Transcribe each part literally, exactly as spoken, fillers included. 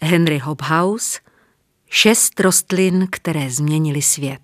Henry Hobhouse, Šest rostlin, které změnily svět.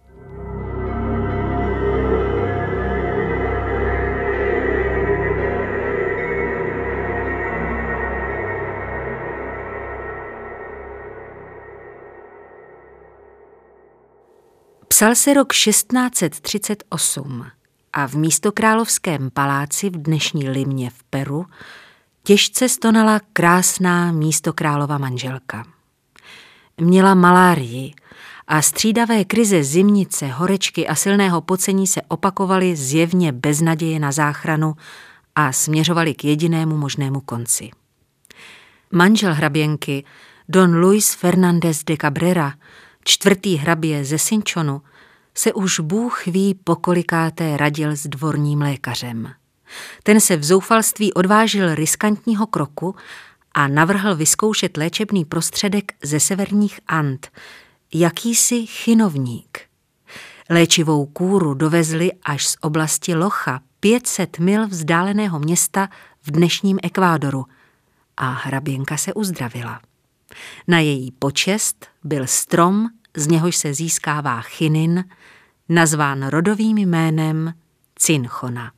Psal se rok šestnáct set třicet osm a v místokrálovském paláci v dnešní Limě v Peru těžce stonala krásná místokrálova manželka. Měla malárii a střídavé krize zimnice, horečky a silného pocení se opakovaly zjevně bez naděje na záchranu a směřovaly k jedinému možnému konci. Manžel hraběnky, don Luis Fernández de Cabrera, čtvrtý hrabě ze Cinchonu, se už Bůh ví pokolikáté radil s dvorním lékařem. Ten se v zoufalství odvážil riskantního kroku a navrhl vyzkoušet léčebný prostředek ze severních And, jakýsi chinovník. Léčivou kůru dovezli až z oblasti Locha, pět set mil vzdáleného města v dnešním Ekvádoru, a hraběnka se uzdravila. Na její počest byl strom, z něhož se získává chinin, nazván rodovým jménem Cinchona.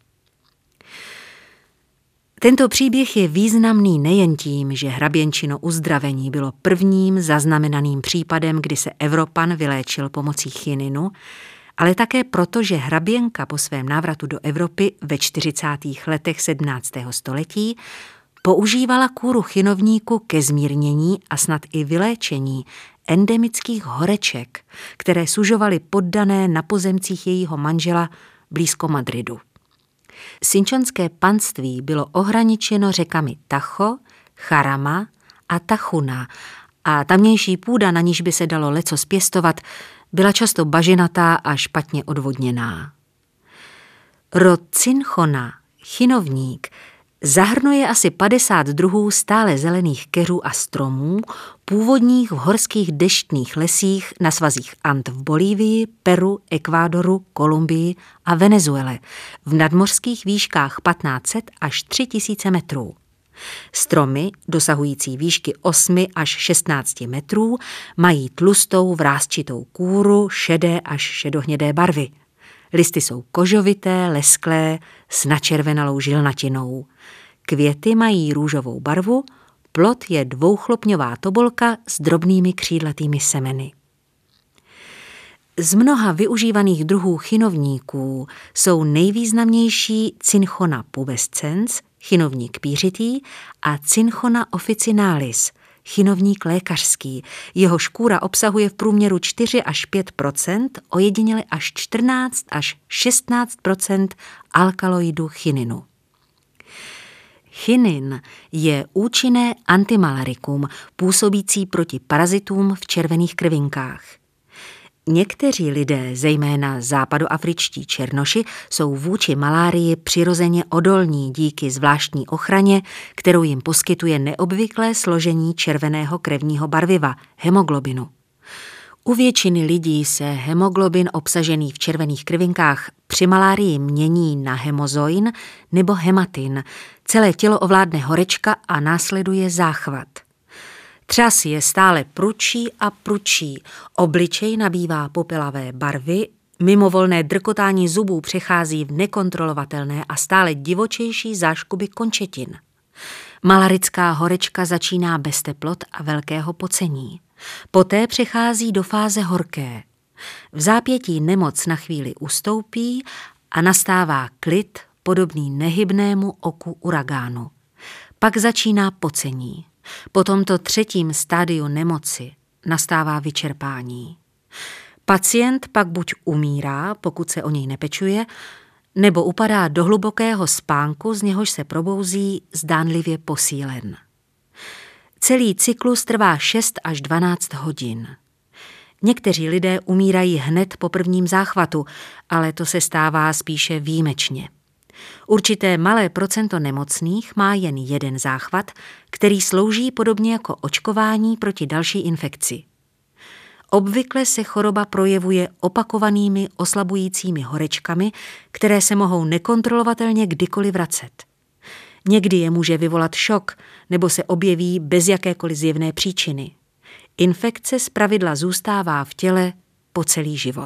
Tento příběh je významný nejen tím, že hraběnčino uzdravení bylo prvním zaznamenaným případem, kdy se Evropan vyléčil pomocí chininu, ale také proto, že hraběnka po svém návratu do Evropy ve čtyřicátých letech sedmnáctého století používala kůru chinovníku ke zmírnění a snad i vyléčení endemických horeček, které sužovaly poddané na pozemcích jejího manžela blízko Madridu. Cinchonské panství bylo ohraničeno řekami Tajo, Jarama a Tajuna a tamnější půda, na níž by se dalo lecos pěstovat, byla často bažinatá a špatně odvodněná. Rod Cinchona, chinovník, zahrnuje asi padesát druhů stále zelených keřů a stromů, původních v horských deštných lesích na svazích And v Bolívii, Peru, Ekvádoru, Kolumbii a Venezuele v nadmořských výškách patnáct set až tři tisíce metrů. Stromy, dosahující výšky osm až šestnáct metrů, mají tlustou vrásčitou kůru šedé až šedohnědé barvy. Listy jsou kožovité, lesklé, s načervenalou žilnatinou. Květy mají růžovou barvu, plod je dvouchlopňová tobolka s drobnými křídlatými semeny. Z mnoha využívaných druhů chinovníků jsou nejvýznamnější Cinchona pubescens, chinovník pířitý, a Cinchona officinalis, chinovník lékařský. Jeho škůra obsahuje v průměru čtyři až pět procent, ojediněle až čtrnáct až šestnáct procent alkaloidu chininu. Chinin je účinné antimalarikum působící proti parazitům v červených krvinkách. Někteří lidé, zejména západoafričtí černoši, jsou vůči malárii přirozeně odolní díky zvláštní ochraně, kterou jim poskytuje neobvyklé složení červeného krevního barviva, hemoglobinu. U většiny lidí se hemoglobin obsažený v červených krvinkách při malárii mění na hemozoin nebo hematin. Celé tělo ovládne horečka a následuje záchvat. Třas je stále prudší a prudší, obličej nabývá popelavé barvy, mimovolné drkotání zubů přechází v nekontrolovatelné a stále divočejší záškuby končetin. Malarická horečka začíná bez teplot a velkého pocení. Poté přechází do fáze horké. V zápětí nemoc na chvíli ustoupí a nastává klid podobný nehybnému oku uragánu. Pak začíná pocení. Po tomto třetím stádiu nemoci nastává vyčerpání. Pacient pak buď umírá, pokud se o něj nepečuje, nebo upadá do hlubokého spánku, z něhož se probouzí zdánlivě posílen. Celý cyklus trvá šest až dvanáct hodin. Někteří lidé umírají hned po prvním záchvatu, ale to se stává spíše výjimečně. Určité malé procento nemocných má jen jeden záchvat, který slouží podobně jako očkování proti další infekci. Obvykle se choroba projevuje opakovanými oslabujícími horečkami, které se mohou nekontrolovatelně kdykoliv vracet. Někdy je může vyvolat šok nebo se objeví bez jakékoliv zjevné příčiny. Infekce zpravidla zůstává v těle po celý život.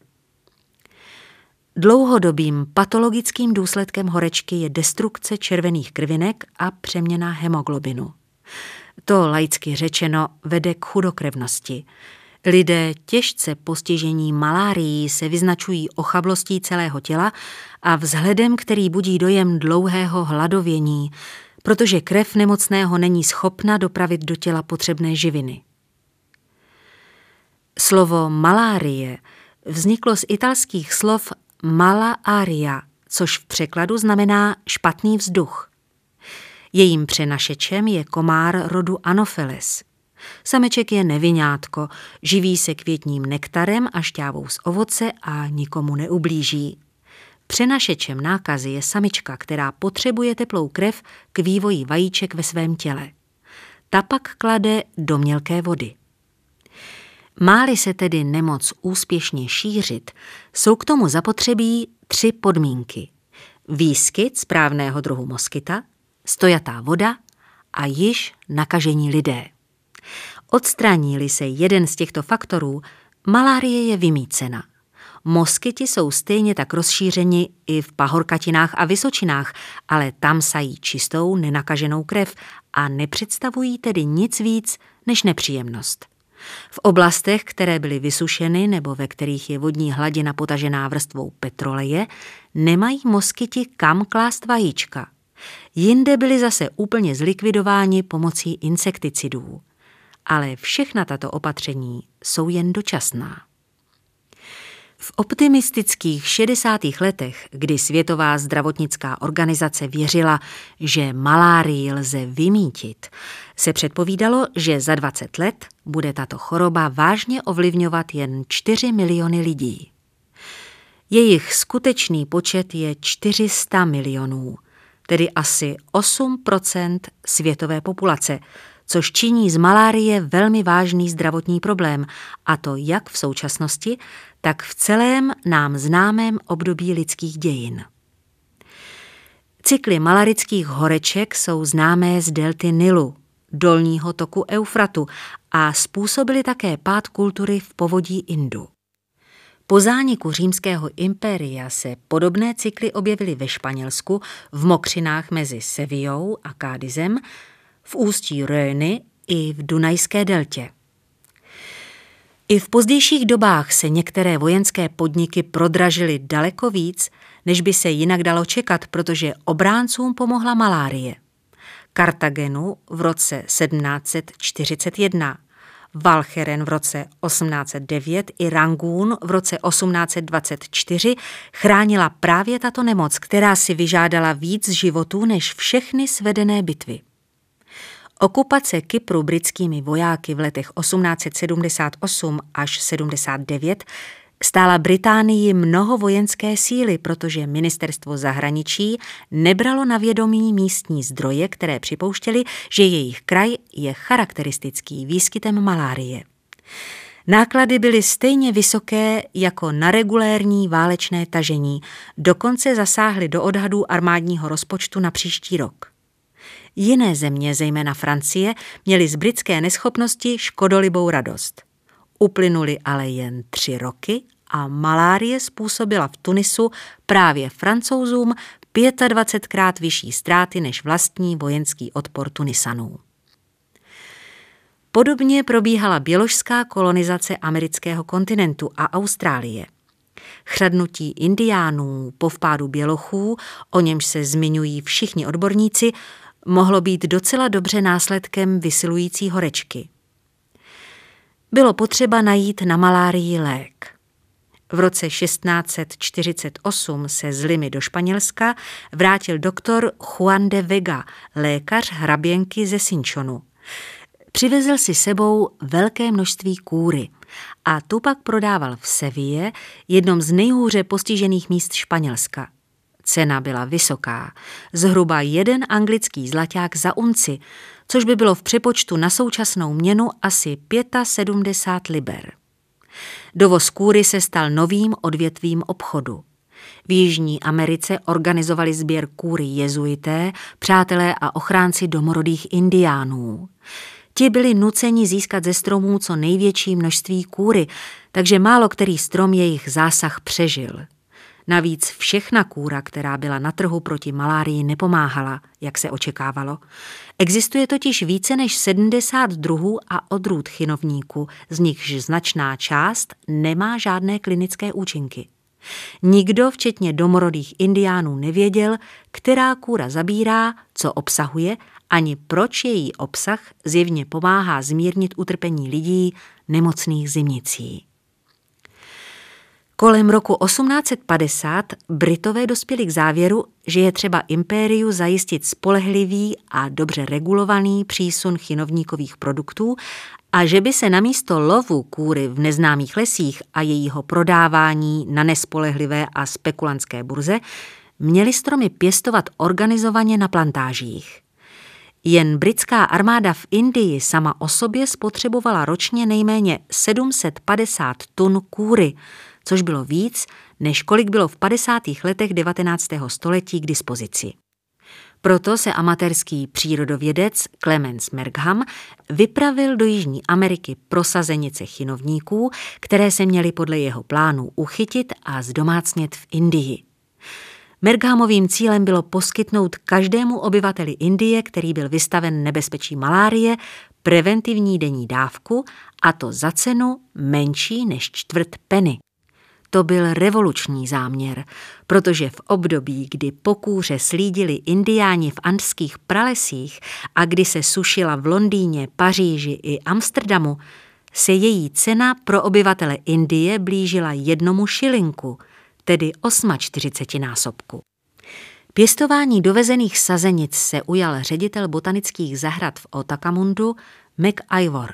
Dlouhodobým patologickým důsledkem horečky je destrukce červených krvinek a přeměna hemoglobinu. To laicky řečeno vede k chudokrevnosti. Lidé těžce postižení malárií se vyznačují ochablostí celého těla a vzhledem, který budí dojem dlouhého hladovění, protože krev nemocného není schopna dopravit do těla potřebné živiny. Slovo malárie vzniklo z italských slov mala aria, což v překladu znamená špatný vzduch. Jejím přenašečem je komár rodu Anopheles. Sameček je neviňátko, živí se květním nektarem a šťávou z ovoce a nikomu neublíží. Přenašečem nákazy je samička, která potřebuje teplou krev k vývoji vajíček ve svém těle. Ta pak klade do mělké vody. Má-li se tedy nemoc úspěšně šířit, jsou k tomu zapotřebí tři podmínky. Výskyt správného druhu moskyta, stojatá voda a již nakažení lidé. Odstraní-li se jeden z těchto faktorů, malárie je vymýcena. Moskyti jsou stejně tak rozšířeni i v pahorkatinách a vysočinách, ale tam sají čistou, nenakaženou krev a nepředstavují tedy nic víc než nepříjemnost. V oblastech, které byly vysušeny nebo ve kterých je vodní hladina potažená vrstvou petroleje, nemají moskyti kam klást vajíčka. Jinde byli zase úplně zlikvidováni pomocí insekticidů. Ale všechna tato opatření jsou jen dočasná. V optimistických šedesátých letech, kdy Světová zdravotnická organizace věřila, že malárii lze vymýtit, se předpovídalo, že za dvacet let bude tato choroba vážně ovlivňovat jen čtyři miliony lidí. Jejich skutečný počet je čtyři sta milionů, tedy asi osm procent světové populace, což činí z malárie velmi vážný zdravotní problém, a to jak v současnosti, tak v celém nám známém období lidských dějin. Cykly malarických horeček jsou známé z delty Nilu, dolního toku Eufratu, a způsobily také pád kultury v povodí Indu. Po zániku římského impéria se podobné cykly objevily ve Španělsku, v mokřinách mezi Sevillou a Cádizem, v ústí Röny i v Dunajské deltě. I v pozdějších dobách se některé vojenské podniky prodražily daleko víc, než by se jinak dalo čekat, protože obráncům pomohla malárie. Kartagenu v roce sedmnáct set čtyřicet jedna, Walcheren v roce osmnáct set devět i Rangun v roce osmnáct set dvacet čtyři chránila právě tato nemoc, která si vyžádala víc životů než všechny svedené bitvy. Okupace Kypru britskými vojáky v letech osmnáct set sedmdesát osm až sedmdesát devět stála Británii mnoho vojenské síly, protože ministerstvo zahraničí nebralo na vědomí místní zdroje, které připouštěly, že jejich kraj je charakteristický výskytem malárie. Náklady byly stejně vysoké jako na regulérní válečné tažení, dokonce zasáhly do odhadů armádního rozpočtu na příští rok. Jiné země, zejména Francie, měly z britské neschopnosti škodolibou radost. Uplynuly ale jen tři roky a malárie způsobila v Tunisu právě Francouzům dvacetpětkrát vyšší ztráty než vlastní vojenský odpor Tunisanů. Podobně probíhala běložská kolonizace amerického kontinentu a Austrálie. Chřadnutí indiánů po vpádu bělochů, o němž se zmiňují všichni odborníci, mohlo být docela dobře následkem vysilující horečky. Bylo potřeba najít na malárii lék. V roce šestnáct set čtyřicet osm se z Limy do Španělska vrátil doktor Juan de Vega, lékař hraběnky ze Sinchonu. Přivezl si sebou velké množství kůry a tu pak prodával v Seville, jednom z nejhůře postižených míst Španělska. Cena byla vysoká, zhruba jeden anglický zlaťák za unci, což by bylo v přepočtu na současnou měnu asi sedmdesát pět liber. Dovoz kůry se stal novým odvětvím obchodu. V Jižní Americe organizovali sběr kůry jezuité, přátelé a ochránci domorodých indiánů. Ti byli nuceni získat ze stromů co největší množství kůry, takže málo který strom jejich zásah přežil. Navíc všechna kůra, která byla na trhu proti malárii, nepomáhala, jak se očekávalo. Existuje totiž více než sedmdesát druhů a odrůd chinovníku, z nichž značná část nemá žádné klinické účinky. Nikdo, včetně domorodých indiánů, nevěděl, která kůra zabírá, co obsahuje, ani proč její obsah zjevně pomáhá zmírnit utrpení lidí nemocných zimnicí. Kolem roku osmnáct set padesát Britové dospěli k závěru, že je třeba impériu zajistit spolehlivý a dobře regulovaný přísun chinovníkových produktů a že by se namísto lovu kůry v neznámých lesích a jejího prodávání na nespolehlivé a spekulantské burze měly stromy pěstovat organizovaně na plantážích. Jen britská armáda v Indii sama o sobě spotřebovala ročně nejméně sedm set padesát tun kůry, což bylo víc, než kolik bylo v padesátých letech devatenáctého století k dispozici. Proto se amatérský přírodovědec Clemens Markham vypravil do Jižní Ameriky pro sazenice chinovníků, které se měly podle jeho plánu uchytit a zdomácnět v Indii. Markhamovým cílem bylo poskytnout každému obyvateli Indie, který byl vystaven nebezpečí malárie, preventivní denní dávku, a to za cenu menší než čtvrt penny. To byl revoluční záměr, protože v období, kdy po kůře slídili indiáni v andských pralesích a kdy se sušila v Londýně, Paříži i Amsterdamu, se její cena pro obyvatele Indie blížila jednomu šilinku, tedy čtyřicetiosminásobku. Pěstování dovezených sazenic se ujal ředitel botanických zahrad v Otakamundu Mac Ivor.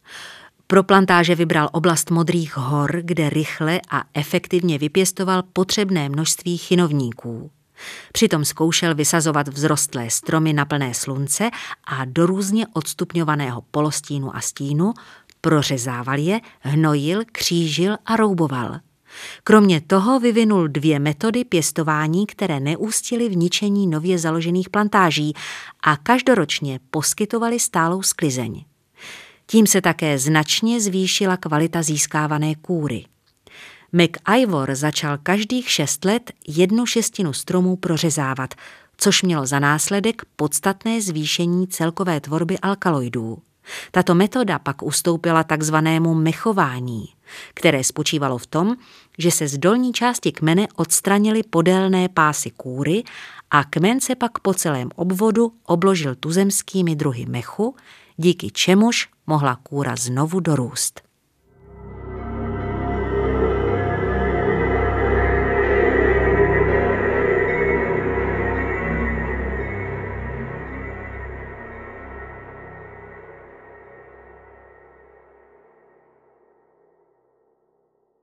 Pro plantáže vybral oblast Modrých hor, kde rychle a efektivně vypěstoval potřebné množství chinovníků. Přitom zkoušel vysazovat vzrostlé stromy na plné slunce a do různě odstupňovaného polostínu a stínu, prořezával je, hnojil, křížil a rouboval. Kromě toho vyvinul dvě metody pěstování, které neústily v ničení nově založených plantáží a každoročně poskytovaly stálou sklizeň. Tím se také značně zvýšila kvalita získávané kůry. Mac Ivor začal každých šest let jednu šestinu stromů prořezávat, což mělo za následek podstatné zvýšení celkové tvorby alkaloidů. Tato metoda pak ustoupila takzvanému mechování, které spočívalo v tom, že se z dolní části kmene odstranily podélné pásy kůry a kmen se pak po celém obvodu obložil tuzemskými druhy mechu, díky čemuž mohla kůra znovu dorůst.